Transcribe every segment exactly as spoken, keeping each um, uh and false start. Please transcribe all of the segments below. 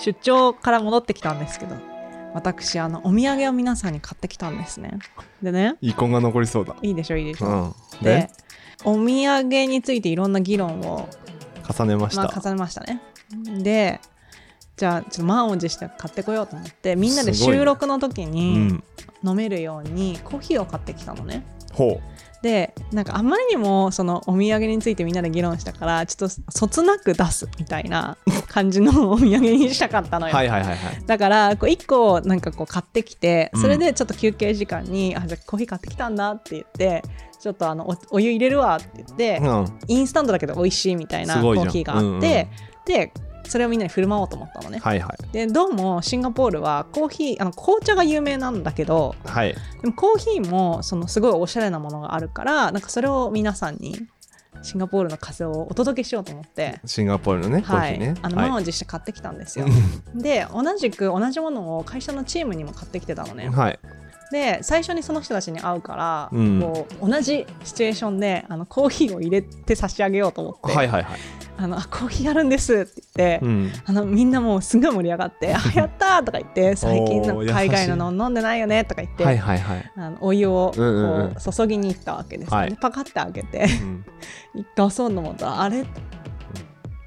出張から戻ってきたんですけど、私あのお土産を皆さんに買ってきたんですね。でね、 遺恨が残りそうだ。 いいでしょいいでしょ、 うん、 ででお土産についていろんな議論を重ねました、 まあ、重ねましたね。でじゃあちょっと満を持して買ってこようと思って、みんなで収録の時に飲めるようにコーヒーを買ってきたのね。 ほう。 でなんかあまりにもそのお土産についてみんなで議論したから、ちょっとそつなく出すみたいな感じのお土産にしたかったのよ。 はいはいはいはい。 だからこういっこなんかこう買ってきて、それでちょっと休憩時間に、うん、あじゃあコーヒー買ってきたんだって言って、ちょっとあの お, お湯入れるわって言って、うん、インスタントだけど美味しいみたいなコーヒーがあって、うんうん、でそれをみんなに振る舞おうと思ったのね。 はいはい。 でどうもシンガポールはコーヒーあの紅茶が有名なんだけど、 はい、 でもコーヒーもそのすごいおしゃれなものがあるから、なんかそれを皆さんにシンガポールの風をお届けしようと思って、 シンガポールのね、コーヒーね、 はい、あの満を持して買ってきたんですよ。で同じく同じものを会社のチームにも買ってきてたのね。 はい。 で最初にその人たちに会うから、 うん、 こう同じシチュエーションであのコーヒーを入れて差し上げようと思って、 はいはいはい、 あのあコーヒーあるんですって言って、うん、あのみんなもうすごい盛り上がってあやったーとか言って最近なんか海外のの飲んでないよねとか言って、 はいはいはい、 あのお湯をこう注ぎに行ったわけですよね、はい、パカッて開けて、うん、出そうと思ったらあれ、うん、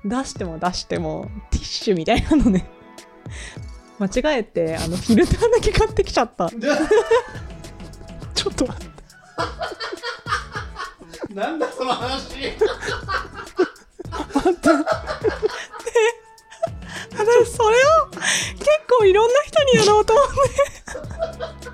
出しても出してもティッシュみたいなのね間違えてあのフィルターだけ買ってきちゃったちょっと待ってなんだその話待ってで私それを結構いろんな人にやろうと思ってなんかいろんなと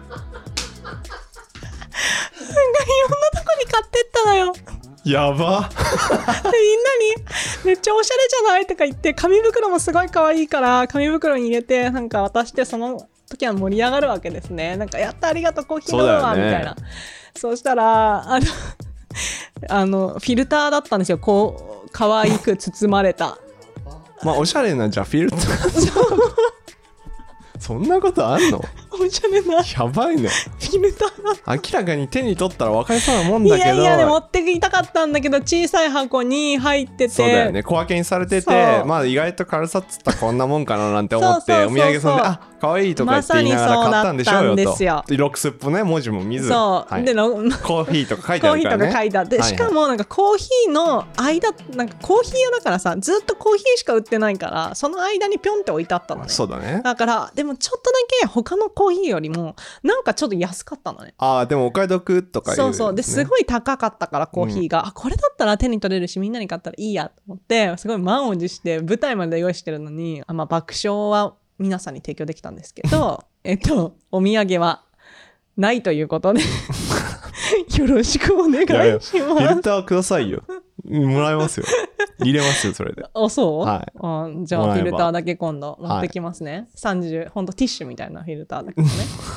こに買ってったのよ。 やばでみんなにめっちゃおしゃれじゃないとか言って、紙袋もすごい可愛いから紙袋に入れてなんか渡して、その時は盛り上がるわけですね。なんかやったありがとうコーヒー飲むわ、ね、みたいな。そうしたらあのあのフィルターだったんですよ。こう可愛く包まれたまあおしゃれなじゃあフィルターそんなことあんの？ おしゃれなやばいねフィルター明らかに手に取ったら分かりそうなもんだけど、いやいやで持ってきたかったんだけど、小さい箱に入ってて、 そうだよね、小分けにされてて、まあ意外と軽さっつったらこんなもんかななんて思ってお土産さんであ可愛いとか言って言いながら買ったんでしょうよと、ま、ロックスっぽね文字も見ず、 そう、はい、でコーヒーとか書いてあるからね、コーヒーとか書いてあって、 はいはい、しかもなんかコーヒーの間なんかコーヒー屋だからさ、ずっとコーヒーしか売ってないから、その間にピョンって置いてあったのね。 そうだね。 だからでもちょっとだけ他のコーヒーよりもなんかちょっと安かったのね。 ああでもお買い得とかいう、ね、 そうそうですごい高かったからコーヒーが、うん、これだったら手に取れるしみんなに買ったらいいやと思って、すごい満を持して舞台まで用意してるのに、あ、まあ、爆笑は皆さんに提供できたんですけどえっとお土産はないということでよろしくお願いします。いやいやフィルターくださいよもらえますよ入れますよそれで。 あそう、 はい、 あじゃあフィルターだけ今度持ってきますね、はい、さんじゅうほんとティッシュみたいなフィルターだけどね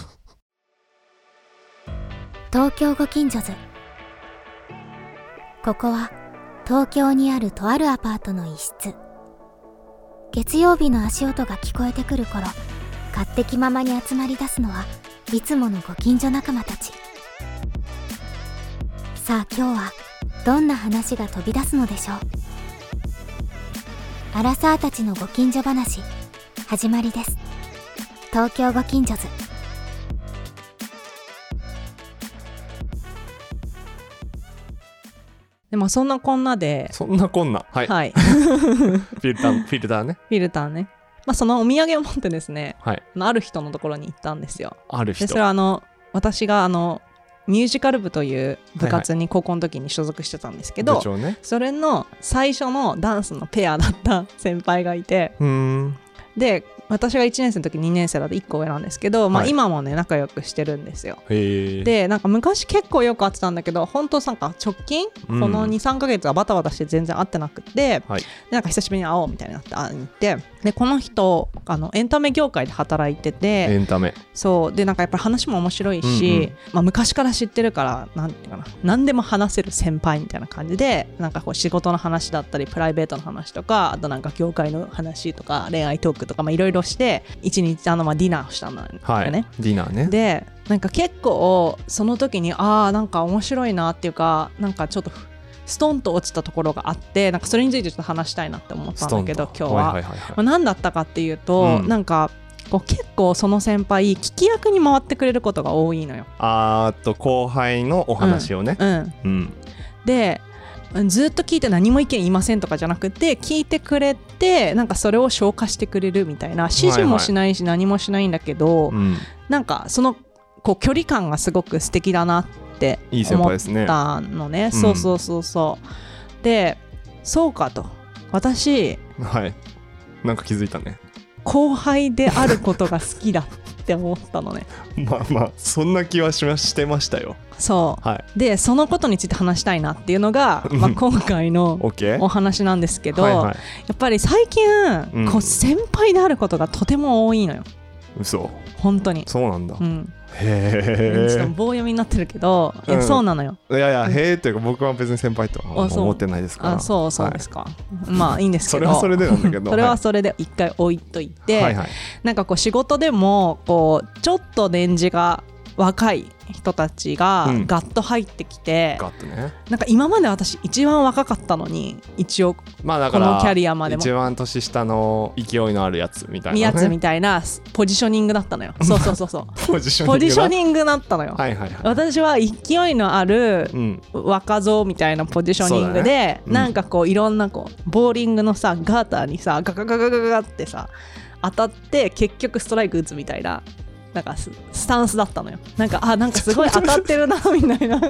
東京ご近所図。ここは東京にあるとあるアパートの一室。月曜日の足音が聞こえてくる頃、勝手気ままに集まり出すのはいつものご近所仲間たち。さあ今日はどんな話が飛び出すのでしょう。アラサーたちのご近所話、始まりです。東京ご近所図。 でもそんなこんなでそんなこんなはい、 はい、 フィルターフィルターねフィルターね、まあ、そのお土産を持ってですね、 はい、 ある人のところに行ったんですよ。 ある人でそれはあの私があのミュージカル部という部活に高校の時に所属してたんですけど、 はいはいね、 それの最初のダンスのペアだった先輩がいて、 うーんで私がいちねん生の時にねん生だといっこ上なんですけど、まあ、今もね仲良くしてるんですよ。 へでなんか昔結構よく会ってたんだけど、本当なんか直近、うん、この にさんかげつはバタバタして全然会ってなくて、はい、でなんか久しぶりに会おうみたいになって会いに行って、でこの人あのエンタメ業界で働いてて、 エンタメそうでなんかやっぱり話も面白いし、うんうんまあ、昔から知ってるからなんていうかな、何でも話せる先輩みたいな感じで、なんかこう仕事の話だったりプライベートの話とか、あとなんか業界の話とか恋愛トークとか、まあ、いろいろして一日あのまあディナーをしたんだよね、 はい、ディナーね。 でなんか結構その時にああなんか面白いなっていうか、なんかちょっとストンと落ちたところがあって、なんかそれについてちょっと話したいなって思ったんだけど今日は、はいはいはいはい、まあ、何だったかっていうと、うん、なんかこう結構その先輩聞き役に回ってくれることが多いのよ。 あーと後輩のお話をね、 うんうんうん、でずっと聞いて何も意見言いませんとかじゃなくて、聞いてくれてなんかそれを消化してくれるみたいな、指示もしないし何もしないんだけど、はいはい、なんかそのこう距離感がすごく素敵だなって思ったのね。いい先輩ですね。そうそうそうそう、うん、でそうかと、私はいなんか気づいたね、 後輩であることが好きだって思ったのねまあまあそんな気はしましてましたよ。 そう、はい、でそのことについて話したいなっていうのが、まあ、今回のお話なんですけど、はいはい、やっぱり最近、うん、こう先輩であることがとても多いのよ。 嘘？ 本当にそうなんだ、 うん、 へちょっと棒読みになってるけど、いや、うん、そうなのよ。 いやいや、へーっていうか僕は別に先輩とは思ってないですから。 あ、そうそうですか、はい、まあいいんですけどそれはそれでなんだけどそれはそれで一回置いといて、はいはい、なんかこう仕事でもこうちょっと年次が若い人たちがガッと入ってきて、 うん、ガッとね、 なんか今まで私一番若かったのに、一応このキャリアまでも一番年下の勢いのあるやつみたいな、ね、 やつみたいなポジショニングだったのよそうそうそうそうポジショニングだったのよ、はいはいはい、私は勢いのある若造みたいなポジショニングで、うん、なんかこういろんなこうボーリングのさガーターにさガガガガガガってさ当たって結局ストライク打つみたいな、なんか ス, スタンスだったのよ。なんかあなんかすごい当たってるなみたいな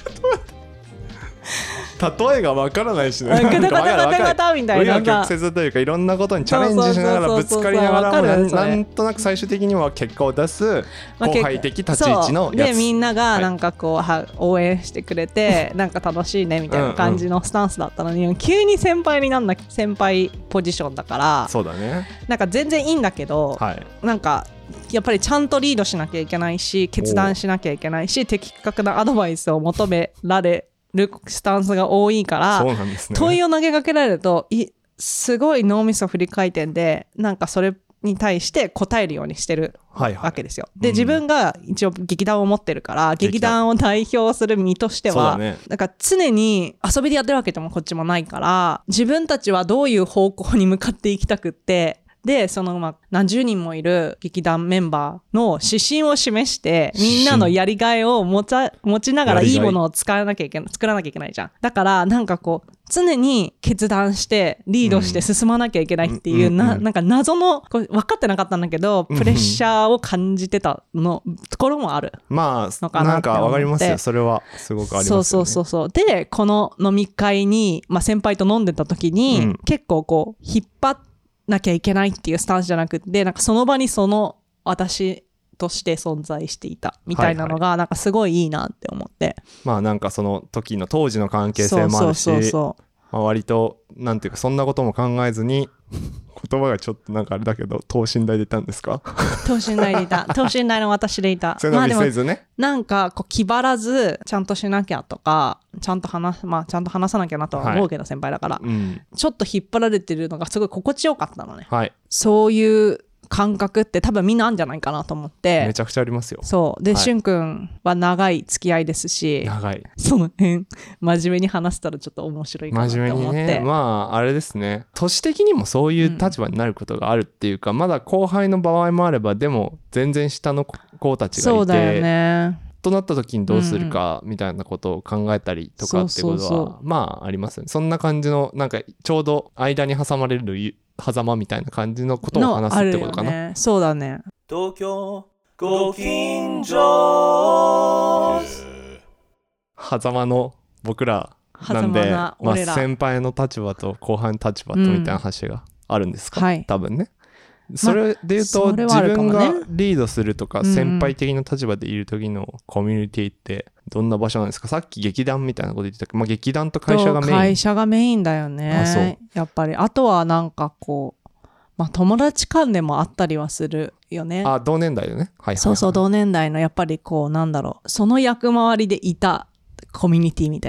例えがわからないしね、 ガタガタガタガタみたいな、 紆余曲折というかいろんなことにチャレンジしながらぶつかりながらもなんとなく最終的には結果を出す後輩的立ち位置のやつ、 でみんながなんかこう、はい、応援してくれてなんか楽しいねみたいな感じのスタンスだったのに、うんうん、急に先輩になんな先輩ポジションだから、 そうだね、 なんか全然いいんだけど、はい、なんかやっぱりちゃんとリードしなきゃいけないし、決断しなきゃいけないし、的確なアドバイスを求められるスタンスが多いから、 そうなんですね、 問いを投げかけられるといすごい脳みそ振り回転でなんかそれに対して答えるようにしてるわけですよ、はいはい、で、うん、自分が一応劇団を持ってるから劇団を代表する身としては、ね、なんか常に遊びでやってるわけでもこっちもないから、自分たちはどういう方向に向かっていきたくって、でそのまあ何十人もいる劇団メンバーの指針を示してみんなのやりがいを持ち、持ちながらいいものを使わなきゃいけない作らなきゃいけないじゃん。だからなんかこう常に決断してリードして進まなきゃいけないっていう、うん、な, なんか謎のこれ分かってなかったんだけどプレッシャーを感じてたのところもあるまあなんか分かりますよ、それはすごくありますよね。 そうそうそうそう。でこの飲み会に、まあ、先輩と飲んでた時に、うん、結構こう引っ張ってなきゃいけないっていうスタンスじゃなくて、なんかその場にその私として存在していたみたいなのがなんかすごいいいなって思って、はいはい、 まあなんかその時の当時の関係性もあるし、そうそうそうそう、まあ、割となんていうかそんなことも考えずに言葉がちょっとなんかあれだけど等身大でいたんですか？ 等身大でいた等身大の私でいたそれの見せずね、 まあ、なんかこう気張らずちゃんとしなきゃとかちゃんと話、まあ、ちゃんと話さなきゃなとは思うけど、はい、先輩だから、うん、ちょっと引っ張られてるのがすごい心地よかったのね、はい、そういう感覚って多分みんなあるんじゃないかなと思って。 めちゃくちゃありますよ。 そうで、はい、しゅんくんは長い付き合いですし、 長いその辺真面目に話したらちょっと面白いかなと思って。 真面目にね、まああれですね、年的にもそういう立場になることがあるっていうか、うん、まだ後輩の場合もあればでも全然下の子たちがいて、 そうだよねとなった時にどうするかみたいなことを考えたりとかってことは、そうそうそう、まあありますね。そんな感じのなんかちょうど間に挟まれる狭間みたいな感じのことを話すってことかな、 ね、そうだね。 東京ご近所狭間の僕らなんで、 なまあ、先輩の立場と後輩の立場とみたいな話があるんですか、うん、はい、多分ね。それで言うと、まあ、自分がリードするとか、先輩的な立場でいる時のコミュニティってどんな場所なんですか？さっき劇団みたいなこと言ってたけど、まあ、劇団と会社がメイン。 会社がメインだよね。あ、そう。やっぱりあとはなんかこう、まあ、友達間でもあったりはするよね。 あ、同年代よね。はいはいはい、 そうそう、同年代のやっぱりこうなんだろう、その役回りでいたコミュニティみたいな。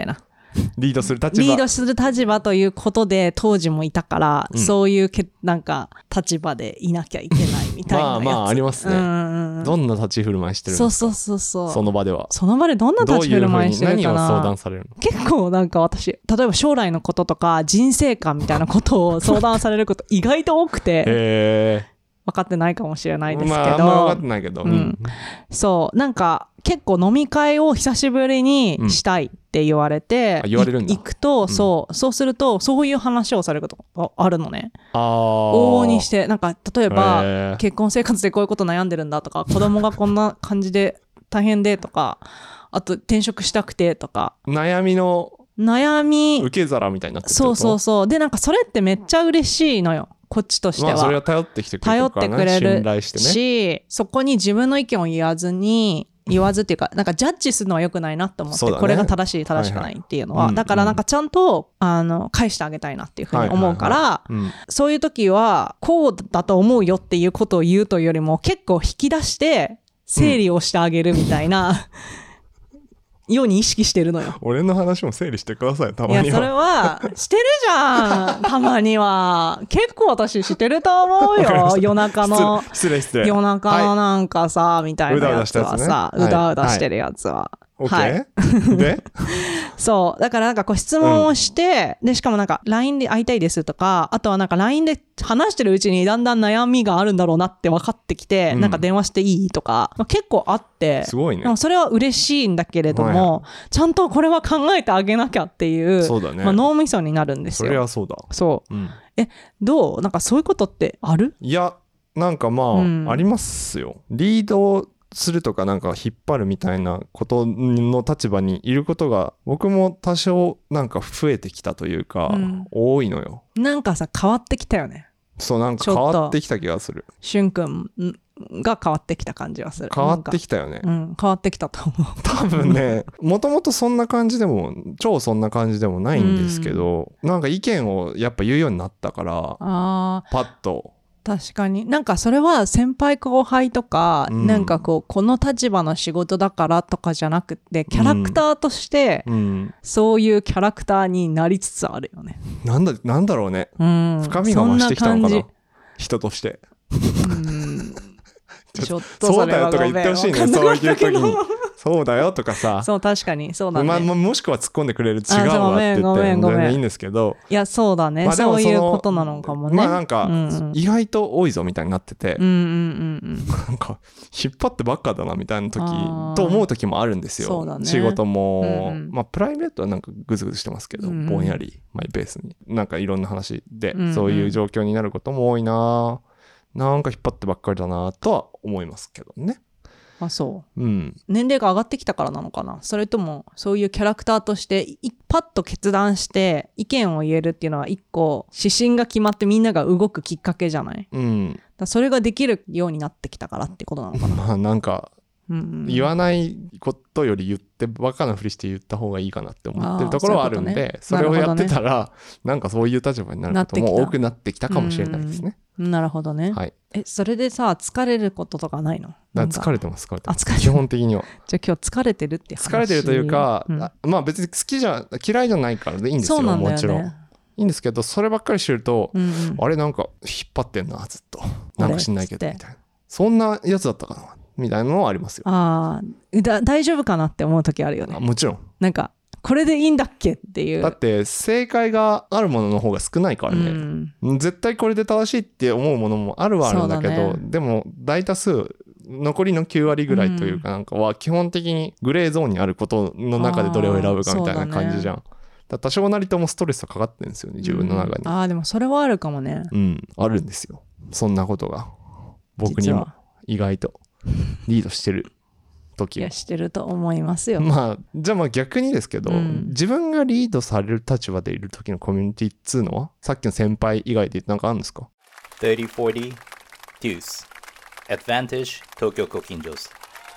リードする立場リードする立場ということで当時もいたから、うん、そういうけなんか立場でいなきゃいけないみたいなやつまあまあありますね、うんうん、どんな立ち振る舞いしてるんですか。 そうそうそうそうその場ではその場でどんな立ち振る舞いしてるかな。 どういうふうに何を相談されるの。 結構なんか私例えば将来のこととか人生観みたいなことを相談されること意外と多くてへー分かってないかもしれないですけど、 まあ、あんま分かってないけど、 うんうん、そうなんか結構飲み会を久しぶりにしたいって言われて、 うん、言われるんだ。 行くと、うん、そうそうするとそういう話をされることがあるのね。 あ往々にしてなんか例えば結婚生活でこういうこと悩んでるんだとか子供がこんな感じで大変でとかあと転職したくてとか悩みの悩み受け皿みたいになってる。 そうそうそうでなんかそれってめっちゃ嬉しいのよこっちとしては。 まあそれは頼ってきてくれるからね、 頼ってくれる信頼してねしそこに自分の意見を言わずに言わずっていうかなんかジャッジするのは良くないなと思って、ね、これが正しい正しくないっていうのは、はいはい、だからなんかちゃんとあの返してあげたいなっていうふうに思うから、はいはいはいうん、そういう時はこうだと思うよっていうことを言うというよりも結構引き出して整理をしてあげるみたいな、うんように意識してるのよ。 俺の話も整理してください。たまには。いやそれはしてるじゃん。たまには結構私してると思うよ。夜中の失礼失礼夜中のなんかさ、はい、みたいなやつはさ、うだうだしてるやつは。 はいはい、でそうだからなんかこう質問をして、うん、でしかもなんか ライン で会いたいですとかあとはなんか ライン で話してるうちにだんだん悩みがあるんだろうなって分かってきて、うん、なんか電話していいとか、まあ、結構あってすごいね。 それは嬉しいんだけれども、はい、ちゃんとこれは考えてあげなきゃっていうそうだね、 まあ、脳みそになるんですよ。 それはそうだそう、うん、えどうなんかそういうことってある？ いやなんかまあ、うん、ありますよ。リードするとかなんか引っ張るみたいなことの立場にいることが僕も多少なんか増えてきたというか、うん、多いのよ。 なんかさ変わってきたよね。 そうなんか変わってきた気がする。 しゅんくんが変わってきた感じがする。 変わってきたよね。 うん、変わってきたと思う。 多分ねもともとそんな感じでも超そんな感じでもないんですけど、うん、なんか意見をやっぱ言うようになったからあパッと確かになんかそれは先輩後輩とか、うん、なんかこうこの立場の仕事だからとかじゃなくてキャラクターとしてそういうキャラクターになりつつあるよね。 なんだ、なんだろうね、うん、深みが増してきたのかな人として。うんちょっとそれはごめんそうだよとか言ってほしいね。そういう時にそうだよとかさそう確かにそうだね、 まあ、もしくは突っ込んでくれる違うわって言って全然いいんですけどいやそうだね、まあ、そういうことなのかもね。 まあなんか、うんうん、意外と多いぞみたいになってて、 うんうんうん、 なんか引っ張ってばっかだなみたいな時と思う時もあるんですよ。そうだね、仕事も、うんうん、まあプライベートはなんかグズグズしてますけど、うん、ぼんやりマイペースになんかいろんな話で、うんうん、そういう状況になることも多いななんか引っ張ってばっかりだなとは思いますけどね。 あそう、 うん、 年齢が上がってきたからなのかな。それともそういうキャラクターとしてパッと決断して意見を言えるっていうのは一個指針が決まってみんなが動くきっかけじゃない、 うん、 だそれができるようになってきたからってことなのかな。 まあなんか、うんうん、言わないことより言ってバカなふりして言った方がいいかなって思ってるところはあるんで、それをやってたらなんかそういう立場になることも多くなってきたかもしれないですね。 なるほどね、 はい、 えそれでさ疲れることとかないの？ なんか疲れてます疲れてます基本的には。 じゃあ今日疲れてるって話。 疲れてるというか、うん、まあ別に好きじゃ嫌いじゃないからでいいんですよ。そうなんだよね、もちろんいいんですけどそればっかりしてると、うんうん、あれなんか引っ張ってんなずっとなんか知んないけどみたいなそんなやつだったかなみたいなのはありますよ。あだ大丈夫かなって思う時あるよね。 あもちろんなんかこれでいいんだっけっていう。 だって正解があるものの方が少ないからね、うん、絶対これで正しいって思うものもあるはあるんだけど、ね、でも大多数残りのきゅう割ぐらいというかなんかは基本的にグレーゾーンにあることの中でどれを選ぶかみたいな感じじゃん。だだ多少なりともストレスはかかってるんですよね自分の中に、 うん、あーでもそれはあるかもね。 うんあるんですよそんなことが僕にも意外とリードしてる時いやしてると思いますよ。 まあじゃあまあ逆にですけど、うん、自分がリードされる立場でいる時のコミュニティっつうのはさっきの先輩以外で何かあるんですか？ さんじゅう、よんじゅう Deuce Advantage 東京ご近所図。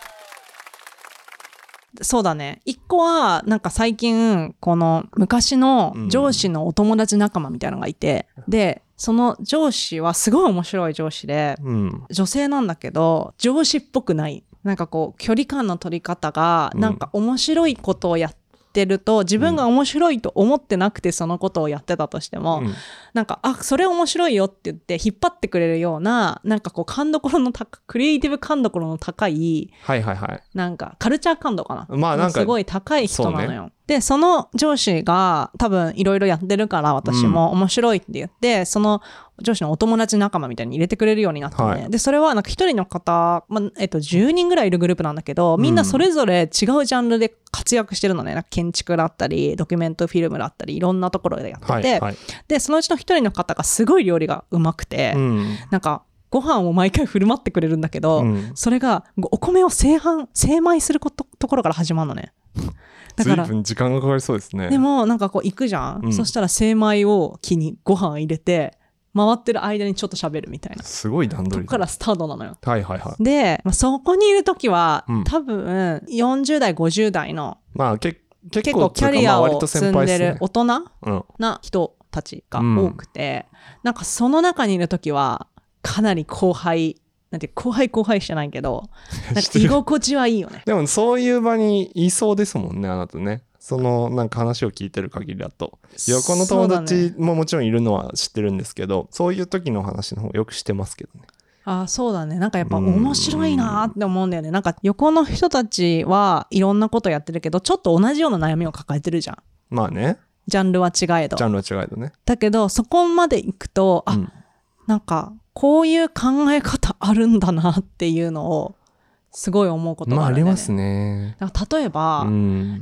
そうだね。一個はなんか最近この昔の上司のお友達仲間みたいなのがいて、うん、でその上司はすごい面白い上司で、うん、女性なんだけど上司っぽくないなんかこう距離感の取り方がなんか面白いことをやってると自分が面白いと思ってなくてそのことをやってたとしても、うん、なんかあそれ面白いよって言って引っ張ってくれるようななんかこう勘どころの高クリエイティブ感どころの高い、 はいはいはい、 なんかカルチャー感度かな、 まあなんかすごい高い人なのよ。でその上司が多分いろいろやってるから私も面白いって言って、うん、その上司のお友達仲間みたいに入れてくれるようになったね、はい、でそれはなんか一人の方、まあえっと、じゅうにんぐらいいるグループなんだけど、みんなそれぞれ違うジャンルで活躍してるのね。なんか建築だったりドキュメントフィルムだったりいろんなところでやってて、はいはい、でそのうちの一人の方がすごい料理がうまくて、うん、なんかご飯を毎回振る舞ってくれるんだけど、うん、それがお米を製飯精米することところから始まるのね。だから随分時間がかかりそうですね。 でもなんかこう行くじゃん、うん、そしたら精米を機にご飯入れて回ってる間にちょっと喋るみたいな、 すごい段取りとこからスタートなのよ。 はいはいはい。 で、まあ、そこにいる時は、うん、多分よんじゅう代ごじゅう代の、 まあ、け結構キャリアを積んでる大人な人たちが多くて、うん、なんかその中にいる時はかなり後輩なんて後輩後輩してないけどなんか居心地はいいよね。 でもそういう場にいそうですもんね、あなたね。そのなんか話を聞いてる限りだと横の友達ももちろんいるのは知ってるんですけど、そういう時の話の方がよくしてますけどね。 ああそうだね。なんかやっぱ面白いなって思うんだよね。なんか横の人たちはいろんなことやってるけどちょっと同じような悩みを抱えてるじゃん。 まあね、 ジャンルは違えどジャンルは違えどね。 だけどそこまで行くとあ、うん、なんかこういう考え方あるんだなっていうのをすごい思うことがあるんだよね。 まあありますね。 だから例えば、うん、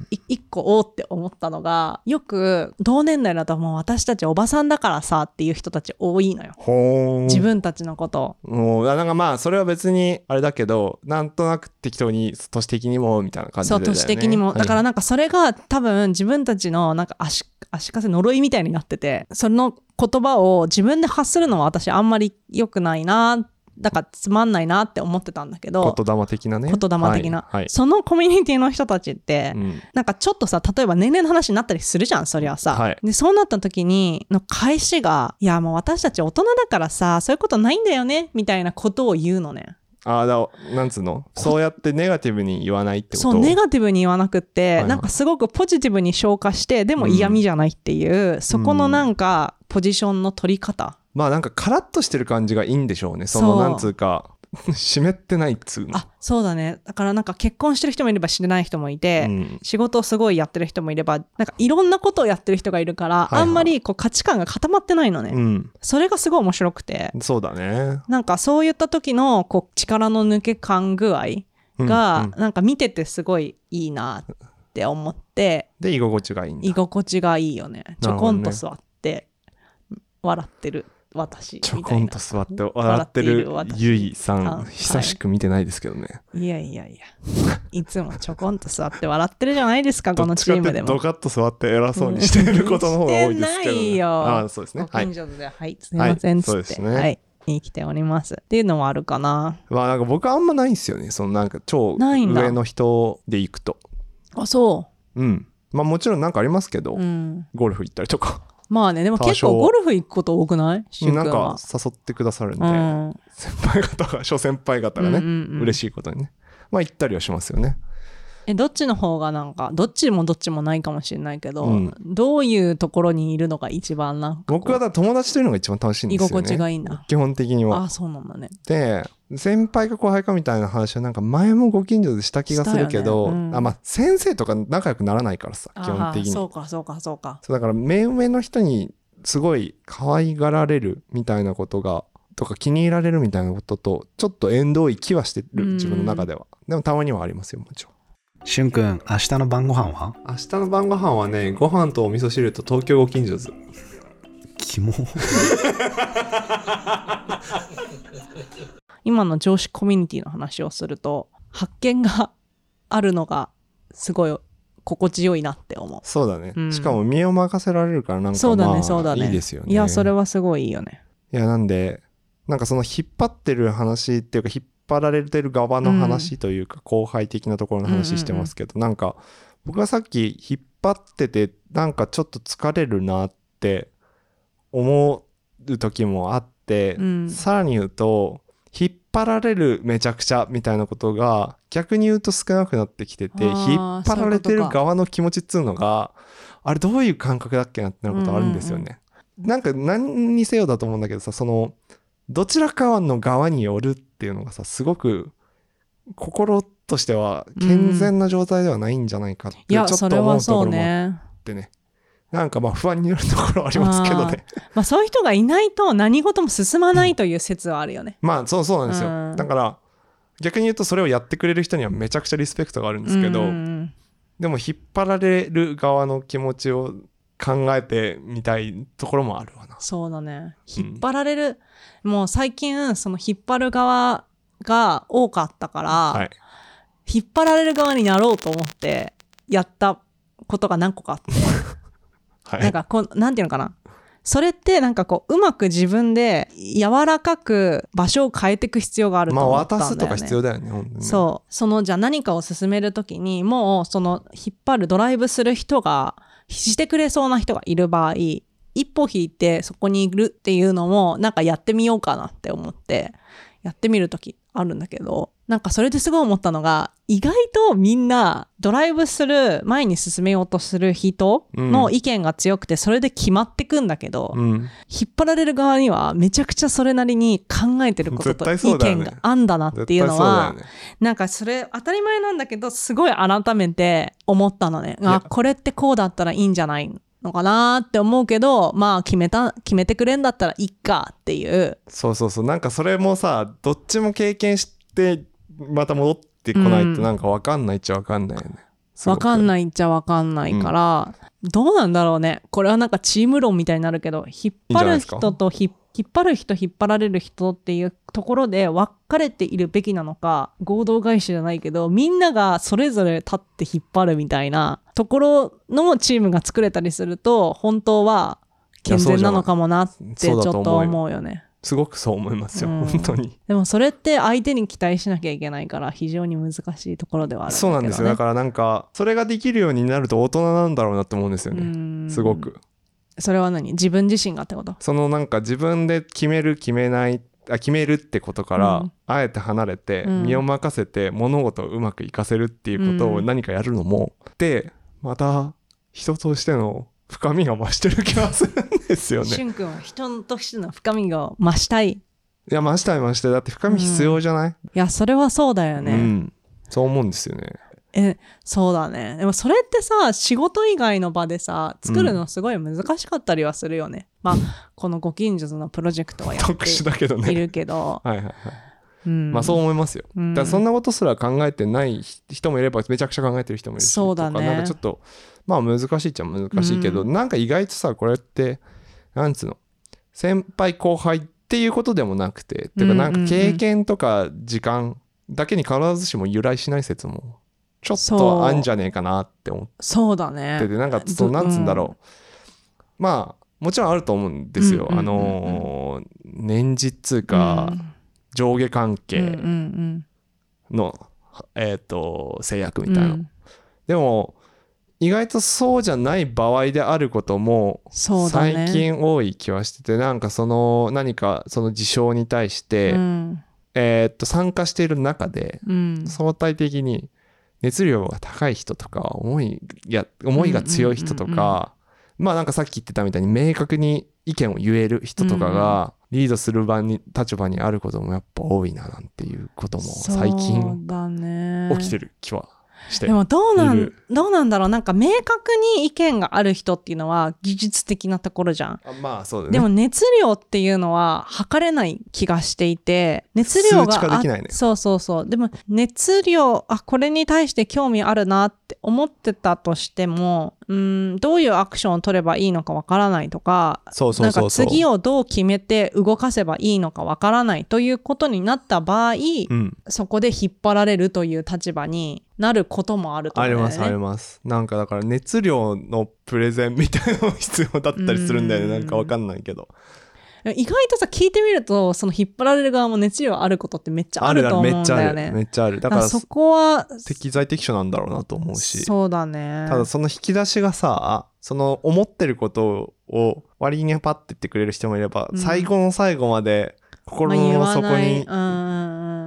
一個おーって思ったのが、よく同年代だともう私たちおばさんだからさっていう人たち多いのよ。ほー、自分たちのことを。 もうなんかまあそれは別にあれだけど、なんとなく適当に都市的にもみたいな感じで、ね、 そう都市的にも、だからなんかそれが多分自分たちのなんか足足かせ呪いみたいになってて、その言葉を自分で発するのは私あんまり良くないな、だからつまんないなって思ってたんだけど、 言霊的なね、 言霊的な、はいはい、そのコミュニティの人たちって、うん、なんかちょっとさ、例えば年齢の話になったりするじゃん、そりゃさ、はい、でそうなった時にの返しが、いやもう私たち大人だからさそういうことないんだよねみたいなことを言うのね。 ああ、だなんつうの、そうやってネガティブに言わないってこと。 そうネガティブに言わなくって、はいはい、なんかすごくポジティブに消化してでも嫌味じゃないっていう、うん、そこのなんかポジションの取り方、 まあなんかカラッとしてる感じがいいんでしょうね。そのなんつうか湿ってないっつうの。 あ、そうだね。だからなんか結婚してる人もいればしてない人もいて、うん、仕事をすごいやってる人もいれば、なんかいろんなことをやってる人がいるから、はいはい、あんまりこう価値観が固まってないのね、うん、それがすごい面白くて。 そうだね。 なんかそういった時のこう力の抜け感具合が、うんうん、なんか見ててすごいいいなって思って、 で居心地がいいんだ。 居心地がいいよね。ちょこんと座って笑ってる私みたいな。 ちょこんと座って笑ってるゆいさん、はい、久しく見てないですけどね。 いやいやいやいつもちょこんと座って笑ってるじゃないですかこのチームでも。 ドカッと座って偉そうにしてることの方が多いですけど、ね、 してないよ。 ああそうですね。 ご近所で、はい、はい、すいませんっつって、はい、そうですね、はい、生きておりますっていうのもあるかな。 まあなんか僕はあんまないんですよね。そのなんか超上の人で行くと。 あそう。 うん。まあもちろんなんかありますけど、うん、ゴルフ行ったりとか。 まあね、でも結構ゴルフ行くこと多くない？ なんか誘ってくださるんで、うん、先輩方が諸先輩方がね、うんうんうん、嬉しいことにね、まあ行ったりはしますよね。 えどっちの方がなんかどっちもどっちもないかもしれないけど、うん、どういうところにいるのが一番なんか僕はだ友達というのが一番楽しいんですよね。 居心地がいいんだ。 基本的には。 あ、そうなんだね。 で先輩か後輩かみたいな話はなんか前もご近所でした気がするけど、ね、うん、あまあ先生とか仲良くならないからさ基本的に。 そうかそうかそうか。 そうだから目上の人にすごい可愛がられるみたいなことがとか気に入られるみたいなこととちょっと縁遠い気はしてる自分の中では。でもたまにはありますよもちろん。 しゅんくん明日の晩ご飯は？ 明日の晩ご飯はね、ご飯とお味噌汁と東京ご近所図。 キモ今の上司コミュニティの話をすると発見があるのがすごい心地よいなって思う。 そうだね、うん、しかも身を任せられるからなんかそうだねそうだね、 いいですよね。 いやそれはすごいいいよね。 いやなんでなんかその引っ張ってる話っていうか引っ張られてる側の話というか、うん、後輩的なところの話してますけど、うんうんうん、なんか僕がさっき引っ張っててなんかちょっと疲れるなって思う時もあって、うん、さらに言うと引っ張られるめちゃくちゃみたいなことが逆に言うと少なくなってきてて、引っ張られてる側の気持ちっつうのがあれどういう感覚だっけなってなることあるんですよね、うんうん、なんか何にせよだと思うんだけどさ、そのどちらかの側によるっていうのがさ、すごく心としては健全な状態ではないんじゃないかってちょっと思うところもあってね、なんかまあ不安になるところはありますけどね。 あ、まあ、そういう人がいないと何事も進まないという説はあるよね、 うん、まあそうそうなんですよ、うん、だから逆に言うとそれをやってくれる人にはめちゃくちゃリスペクトがあるんですけど、うん、でも引っ張られる側の気持ちを考えてみたいところもあるわな。 そうだね、引っ張られる、うん、もう最近その引っ張る側が多かったから、はい、引っ張られる側になろうと思ってやったことが何個かあってはい、なんかこうなんていうのかな、それってなんかこううまく自分で柔らかく場所を変えていく必要があると思ったんだよね。まあ渡すとか必要だよね、本当にね。そうそのじゃあ何かを進めるときにもうその引っ張るドライブする人がしてくれそうな人がいる場合、一歩引いてそこにいるっていうのもなんかやってみようかなって思ってやってみるときあるんだけど、なんかそれですごい思ったのが、意外とみんなドライブする前に進めようとする人の意見が強くてそれで決まってくんだけど、うん、引っ張られる側にはめちゃくちゃそれなりに考えてることと意見があんだなっていうのは、ね、なんかそれ当たり前なんだけどすごい改めて思ったのね。あ、これってこうだったらいいんじゃないのかなって思うけど、まあ決めた決めてくれんだったらいいかっていう。 そうそうそう、なんかそれもさ、どっちも経験してまた戻ってこないとなんか分かんないっちゃ分かんないよね、 うん、分かんないっちゃ分かんないから、うん、どうなんだろうね。これはなんかチーム論みたいになるけど、引っ張る人と引っ張る人引っ張られる人っていうところで分かれているべきなのか、合同会社じゃないけどみんながそれぞれ立って引っ張るみたいなところのチームが作れたりすると本当は健全なのかもなってちょっと思うよね。 すごくそう思いますよ、うん、本当に。 でもそれって相手に期待しなきゃいけないから非常に難しいところではあるんだけどね。 そうなんですよ。だからなんかそれができるようになると大人なんだろうなって思うんですよね、すごく。 それは何？自分自身がってこと？ そのなんか自分で決める決めないあ決めるってことから、うん、あえて離れて、うん、身を任せて物事をうまくいかせるっていうことを何かやるのも、うん、でまた人としての深みが増してる気がするんですよね。 しゅんくんは人としての深みが増したい。いや増したい増したい。だって深み必要じゃない？うん、いやそれはそうだよね、うん、 そう思うんですよね。 えそうだね。でもそれってさ、仕事以外の場でさ作るのすごい難しかったりはするよね、うん、まあこのご近所のプロジェクトはやっているけどはいはいはい、うん、まあそう思いますよ、うん、だからそんなことすら考えてない人もいればめちゃくちゃ考えてる人もいるし、 そうだね、 なんかちょっとまあ難しいっちゃ難しいけど、うん、なんか意外とさこれってなんつうの先輩後輩っていうことでもなくて、っていうかなんか経験とか時間だけに必ずしも由来しない説もちょっとあんじゃねえかなって思ってて、 そうだね。 でなんかそうなんつうんだろう、うん、まあもちろんあると思うんですよ、うんうんうんうん、あの年次っつうか、うん、上下関係の、うんうんうん、えっと制約みたいな、うん、でも意外とそうじゃない場合であることも最近多い気はしてて、ね、なんかその何かその事象に対して、うん、えー、っと参加している中で、うん、相対的に熱量が高い人とか思いや思いが強い人とか、うんうんうんうん、まあなんかさっき言ってたみたいに明確に意見を言える人とかがリードする場に立場にあることもやっぱ多いななんていうことも最近起きてる気はして。 でもどうなんどうなんだろう。なんか明確に意見がある人っていうのは技術的なところじゃん。 あまあそうだね。 でも熱量っていうのは測れない気がしていて、熱量が数値化できないね。 そうそうそう。でも熱量あこれに対して興味あるなって思ってたとしても、うーんどういうアクションを取ればいいのかわからないとか、 そうそうそうそう、 なんか次をどう決めて動かせばいいのかわからないということになった場合、うん、そこで引っ張られるという立場になることもあると思うんだよね。 ありますあります。なんかだから熱量のプレゼンみたいなの必要だったりするんだよね。なんかわかんないけど。 意外とさ聞いてみるとその引っ張られる側も熱量あることってめっちゃあると思うんだよね。 めっちゃある。だからそこは適材適所なんだろうなと思うし。 そうだね。 ただその引き出しがさ、その思ってることを割にパッて言ってくれる人もいれば、うん、最後の最後まで心の底に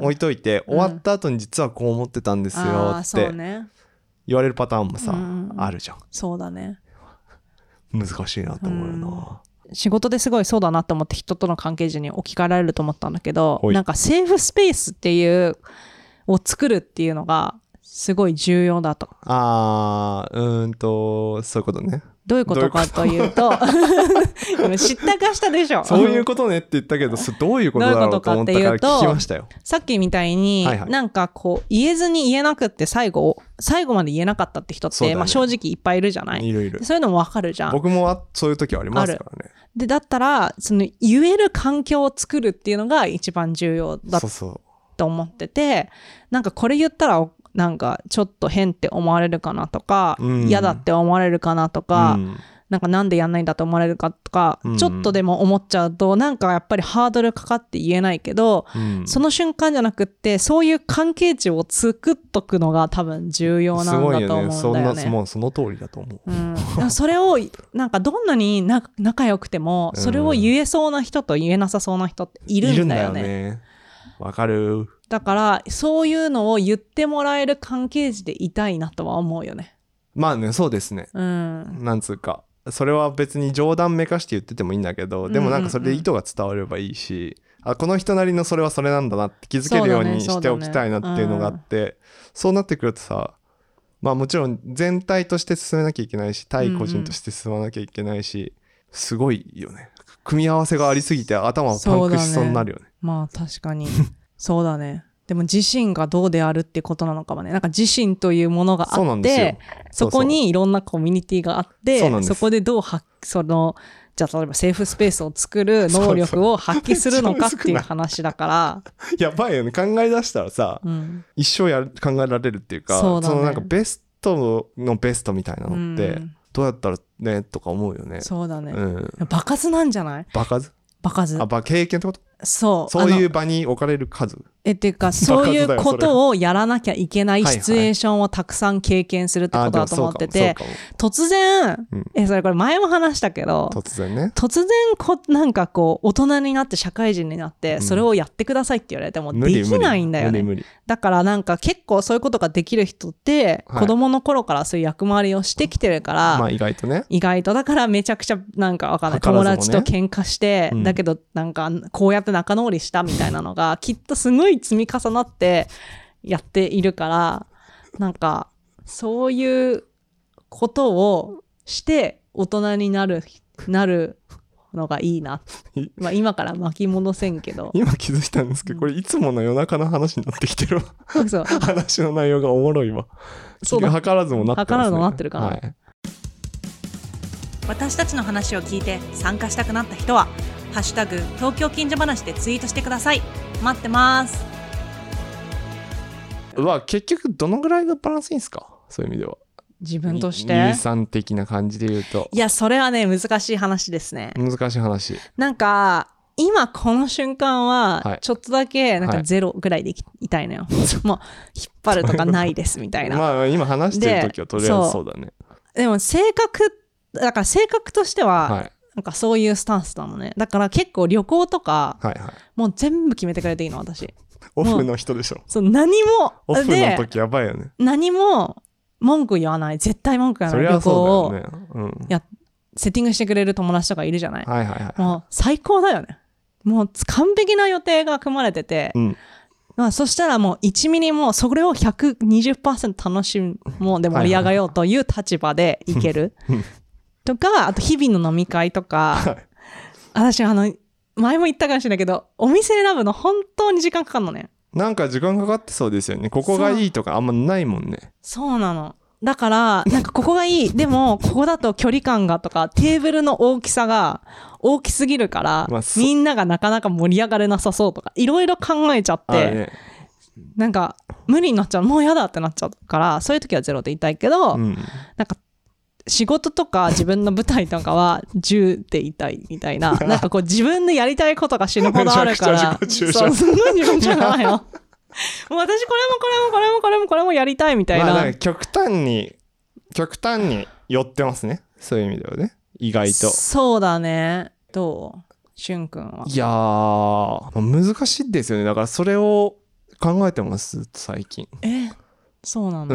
置いといて、終わった後に実はこう思ってたんですよって言われるパターンもさ、うんうん、あるじゃん。 そうだね。 難しいなと思うよな、 うん、仕事ですごいそうだなと思って人との関係時に置き換えられると思ったんだけど、なんかセーフスペースっていうを作るっていうのがすごい重要だと。 あー、うーんとそういうことね。 どういうことかというと知ったかしたでしょ。 そういうことねって言ったけどどういうことだろうと思ったから聞きましたよ。 さっきみたいに、はいはい、なんかこう言えずに言えなくって最後最後まで言えなかったって人って、ね、まあ、正直いっぱいいるじゃない。 いるいる。 そういうのもわかるじゃん。 僕もそういう時はありますからね。 でだったらその言える環境を作るっていうのが一番重要だそうそうと思ってて、なんかこれ言ったらなんかちょっと変って思われるかなとか、うん、嫌だって思われるかなとか、うん、なんかなんでやんないんだと思われるかとか、うん、ちょっとでも思っちゃうとなんかやっぱりハードルかかって言えないけど、うん、その瞬間じゃなくってそういう関係値を作っとくのが多分重要なんだと思うんだよね。 すごいよね。そんなもうその通りだと思う、 うん、それをなんかどんなにな仲良くてもそれを言えそうな人と言えなさそうな人っているんだよね。いるんだよね。 わかる。 だからそういうのを言ってもらえる関係値でいたいなとは思うよね。 まあね、そうですね、 うん、 なんつうかそれは別に冗談めかして言っててもいいんだけど、でもなんかそれで意図が伝わればいいし、うんうんうん、あこの人なりのそれはそれなんだなって気づけるようにしておきたいなっていうのがあって、 そうだね、そうだね、うん、そうなってくるとさ、まあもちろん全体として進めなきゃいけないし対個人として進まなきゃいけないし、うんうん、すごいよね。組み合わせがありすぎて頭をパンクしそうになるよね。 まあ確かにそうだね。でも自身がどうであるってことなのかもね。なんか自身というものがあって、 そ, そこにいろんなコミュニティがあって、 そ, そこでどうはそのじゃあ例えばセーフスペースを作る能力を発揮するのかっていう話だからやばいよね。考え出したらさ、うん、一生やる考えられるっていうか、そうだね、そのなんかベストのベストみたいなのって、うん、どうやったらねとか思うよね。 そうだね、 うん、 場数なんじゃない？ 場数？ 場数。 あ、場経験ってこと？ そう。 そういう場に置かれる数。 え、っていうか、そういうことをやらなきゃいけないシチュエーションをたくさん経験するってことだと思ってて、突然、うん、え、それこれ前も話したけど、 突然ね。 突然こ、なんかこう、大人になって社会人になって、それをやってくださいって言われてもできないんだよね。無理無理無理。だからなんか結構そういうことができる人って、はい、子供の頃からそういう役回りをしてきてるから、 まあ意外とね。 意外と。だからめちゃくちゃなんかわかんない。友達と喧嘩して、うん、だけどなんかこうやって仲直りしたみたいなのが、きっとすごい積み重なってってやっているから、なんかそういうことをして大人になるなるのがいいな。まあ今から巻き戻せんけど、 今気づいたんですけど、これいつもの夜中の話になってきてるわ。そう話の内容がおもろいわ。そうだ、図らずもなってますね。図らずもなってるかな、はい、 私たちの話を聞いて参加したくなった人はハッシュタグ東京近所話でツイートしてください。待ってます。 うわ、結局どのぐらいがバランスいいんですか？そういう意味では自分として有酸的な感じで言うと。 いや、それはね難しい話ですね。 難しい話。 なんか今この瞬間はちょっとだけなんかゼロぐらいでいたいのよ、はい、もう引っ張るとかないですみたいなまあ今話してる時はとりあえずそうだね。 でも性格だから性格としては、はい、なんかそういうスタンスなのね。だから結構旅行とか、はいはい、もう全部決めてくれていいの私。 オフの人でしょ。 そう、何もオフの時やばいよね。 何も文句言わない、絶対文句言わない旅行をや、うん、セッティングしてくれる友達とかいるじゃない。はいはいはい、もう最高だよね。もう完璧な予定が組まれてて、うん、まあ、そしたらもういちミリもそれを ひゃくにじゅっパーセント 楽しもうで盛り上がようという立場でいけるとか、あと日々の飲み会とか私あの前も言ったかもしれないけど、お店選ぶの本当に時間かかるのね。 なんか時間かかってそうですよね。ここがいいとかあんまないもんね。 そうなの。だからなんかここがいいでもここだと距離感がとかテーブルの大きさが大きすぎるから、まあ、みんながなかなか盛り上がれなさそうとかいろいろ考えちゃって、ね、なんか無理になっちゃう、もうやだってなっちゃうから、そういう時はゼロでいたいけど、うん、なんか仕事とか自分の舞台とかはじゅうでいたいみたいななんかこう自分でやりたいことが死ぬほどあるからそうすごい自分じゃないのもう私これもこれもこれもこれもこれもやりたいみたいな、まあ、 極端に極端に寄ってますね。そういう意味ではね、意外と。 そうだね。どうしゅんくんは。 いやー難しいですよね。だからそれを考えてます最近。 えそうなの、 うん、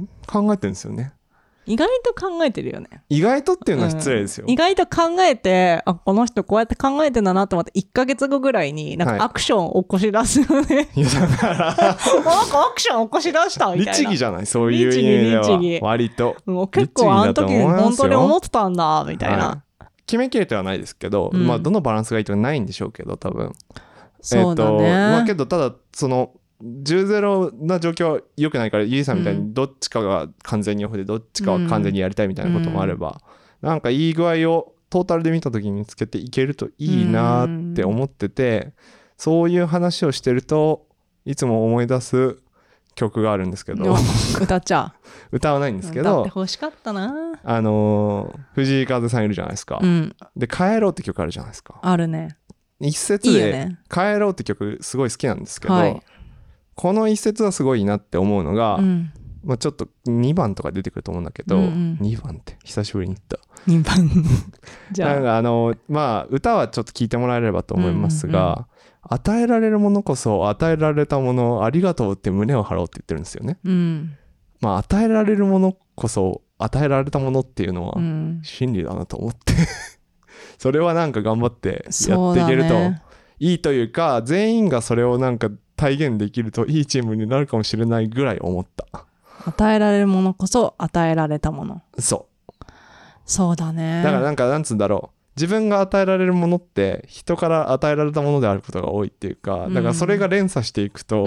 考えてるんですよね。 意外と考えてるよね。 意外とっていうのは失礼ですよ、 うん、意外と考えて、あ、この人こうやって考えてんだなと思っていっかげつごぐらいになんかアクションを起こし出すよね、はい、いやだからなんかアクション起こし出したみたいな。律儀じゃない、そういう意味では。律儀割ともう結構あの時に本当に思ってたんだみたいな、はい、決めきれてはないですけど、うん、まあどのバランスがいいとかないんでしょうけど多分そうだね、えーとまあ、けどただそのじゅうたいゼロな状況は良くないから、ゆいさんみたいにどっちかが完全にオフでどっちかは完全にやりたいみたいなこともあれば、うん、なんかいい具合をトータルで見た時に見つけていけるといいなって思ってて、うん、そういう話をしてるといつも思い出す曲があるんですけど歌っちゃう歌わないんですけど、歌って欲しかったな。あのー、藤井風さんいるじゃないですか、うん、で帰ろうって曲あるじゃないですか。あるね。一節で帰ろうって曲すごい好きなんですけど、はい、この一節はすごいなって思うのが、うんまあ、ちょっとにばんとか出てくると思うんだけど、うんうん、にばんって久しぶりに言ったにばんじゃあなんかあのまあ歌はちょっと聞いてもらえればと思いますが、うんうんうん、与えられるものこそ与えられたものをありがとうって胸を張ろうって言ってるんですよね、うんまあ、与えられるものこそ与えられたものっていうのは真理だなと思って、うん、それはなんか頑張ってやっていけるといいというか、全員がそれをなんか体現できるといいチームになるかもしれないぐらい思った。与えられるものこそ与えられたもの。そうそうだね。だからなんかなんつうんだろう、自分が与えられるものって人から与えられたものであることが多いっていうか、だからそれが連鎖していくと、うん、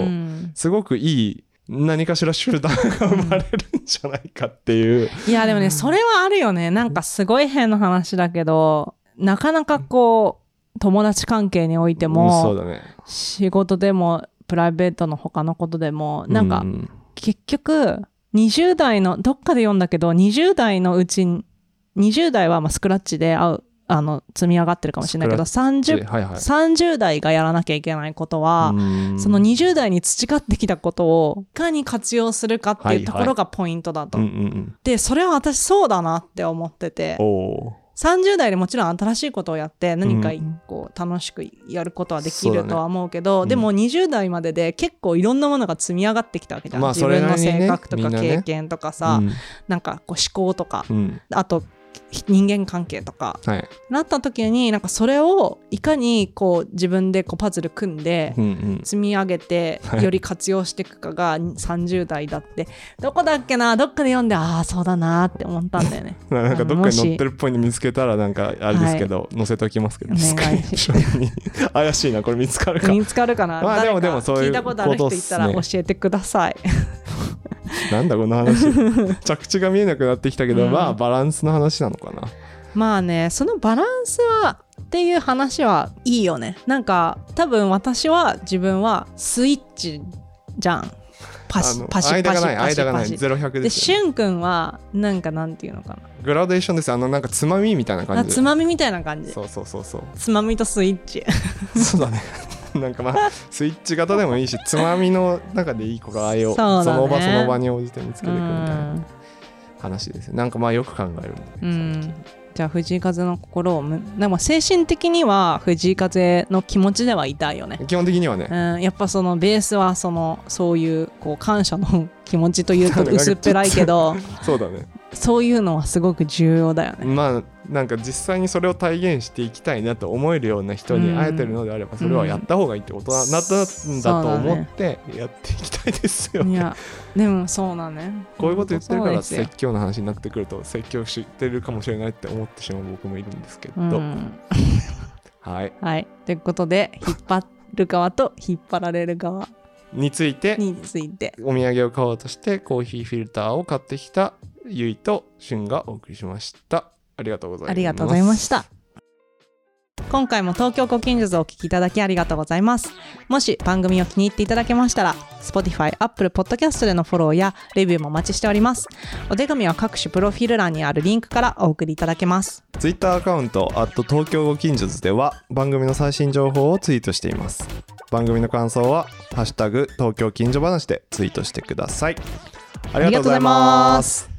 すごくいい何かしら集団が生まれるんじゃないかっていう、うん、いやでもねそれはあるよね。なんかすごい変な話だけど、なかなかこう友達関係においても、うん、そうだね、仕事でもプライベートの他のことでもなんか、うん、結局にじゅう代のどっかで読んだけどにじゅう代のうちににじゅう代はまあスクラッチであうあの積み上がってるかもしれないけど 30,、はいはい、さんじゅう代がやらなきゃいけないことはそのにじゅう代に培ってきたことをいかに活用するかっていうところがポイントだと、はいはい、うんうん、でそれは私そうだなって思ってて、おさんじゅう代でもちろん新しいことをやって何かこう楽しくやることはできるとは思うけど、うん、でもにじゅう代までで結構いろんなものが積み上がってきたわけじゃん、まあ、自分の性格とか経験とかさ、ね、なんかこう思考とか、うん、あと人間関係とか、はい、なった時になんかそれをいかにこう自分でこうパズル組んで積み上げてより活用していくかがさんじゅう代だって、どこだっけな、どっかで読んでああそうだなって思ったんだよねなんかどっかに載ってるっぽいの見つけたらなんかあれですけど、はい、載せておきますけど、お願いします怪しいな、これ見つかるか見つかるかな、まあ、でもでもそういう聞いたことある人いたら教えてくださいなんだこの話着地が見えなくなってきたけど、うん、まあバランスの話なのかな。まあね、そのバランスはっていう話はいいよね。なんか多分私は自分はスイッチじゃん、パシパシパシパシパシ間がないゼロひゃくですよね。でしゅんくんはなんかなんていうのかな、グラデーションです。あのなんかつまみみたいな感じで、つまみみたいな感じ、そうそうそうそう、つまみとスイッチそうだねなんかまあスイッチ型でもいいし、つまみの中でいい子があれを そ,、ね、その場その場に応じて見つけていくみたいな話ですね。なんかまあよく考えるんで、ね、うん、じゃあ藤井風の心をむなんか精神的には藤井風の気持ちではいたいよね、基本的にはね、うん、やっぱそのベースはそのそういうこう感謝の気持ちというと薄っぺらいけどそうだね、そういうのはすごく重要だよね。まあなんか実際にそれを体現していきたいなと思えるような人に会えてるのであれば、それはやった方がいいってことなんだと思ってやっていきたいですよね。いやでもそうだね、こういうこと言ってるから説教の話になってくると説教してるかもしれないって思ってしまう僕もいるんですけど、うん、はい、はい、ということで引っ張る側と引っ張られる側についてについてお土産を買おうとしてコーヒーフィルターを買ってきたゆいとしゅんがお送りしました。ありがとうございます。ありがとうございました。今回も東京古今術をお聞きいただきありがとうございます。もし番組を気に入っていただけましたら Spotify、Apple Podcast でのフォローやレビューもお待ちしております。お手紙は各種プロフィール欄にあるリンクからお送りいただけます。 Twitter アカウント アット 東京古今術では番組の最新情報をツイートしています。番組の感想はハッシュタグ東京近所話でツイートしてください。ありがとうございます。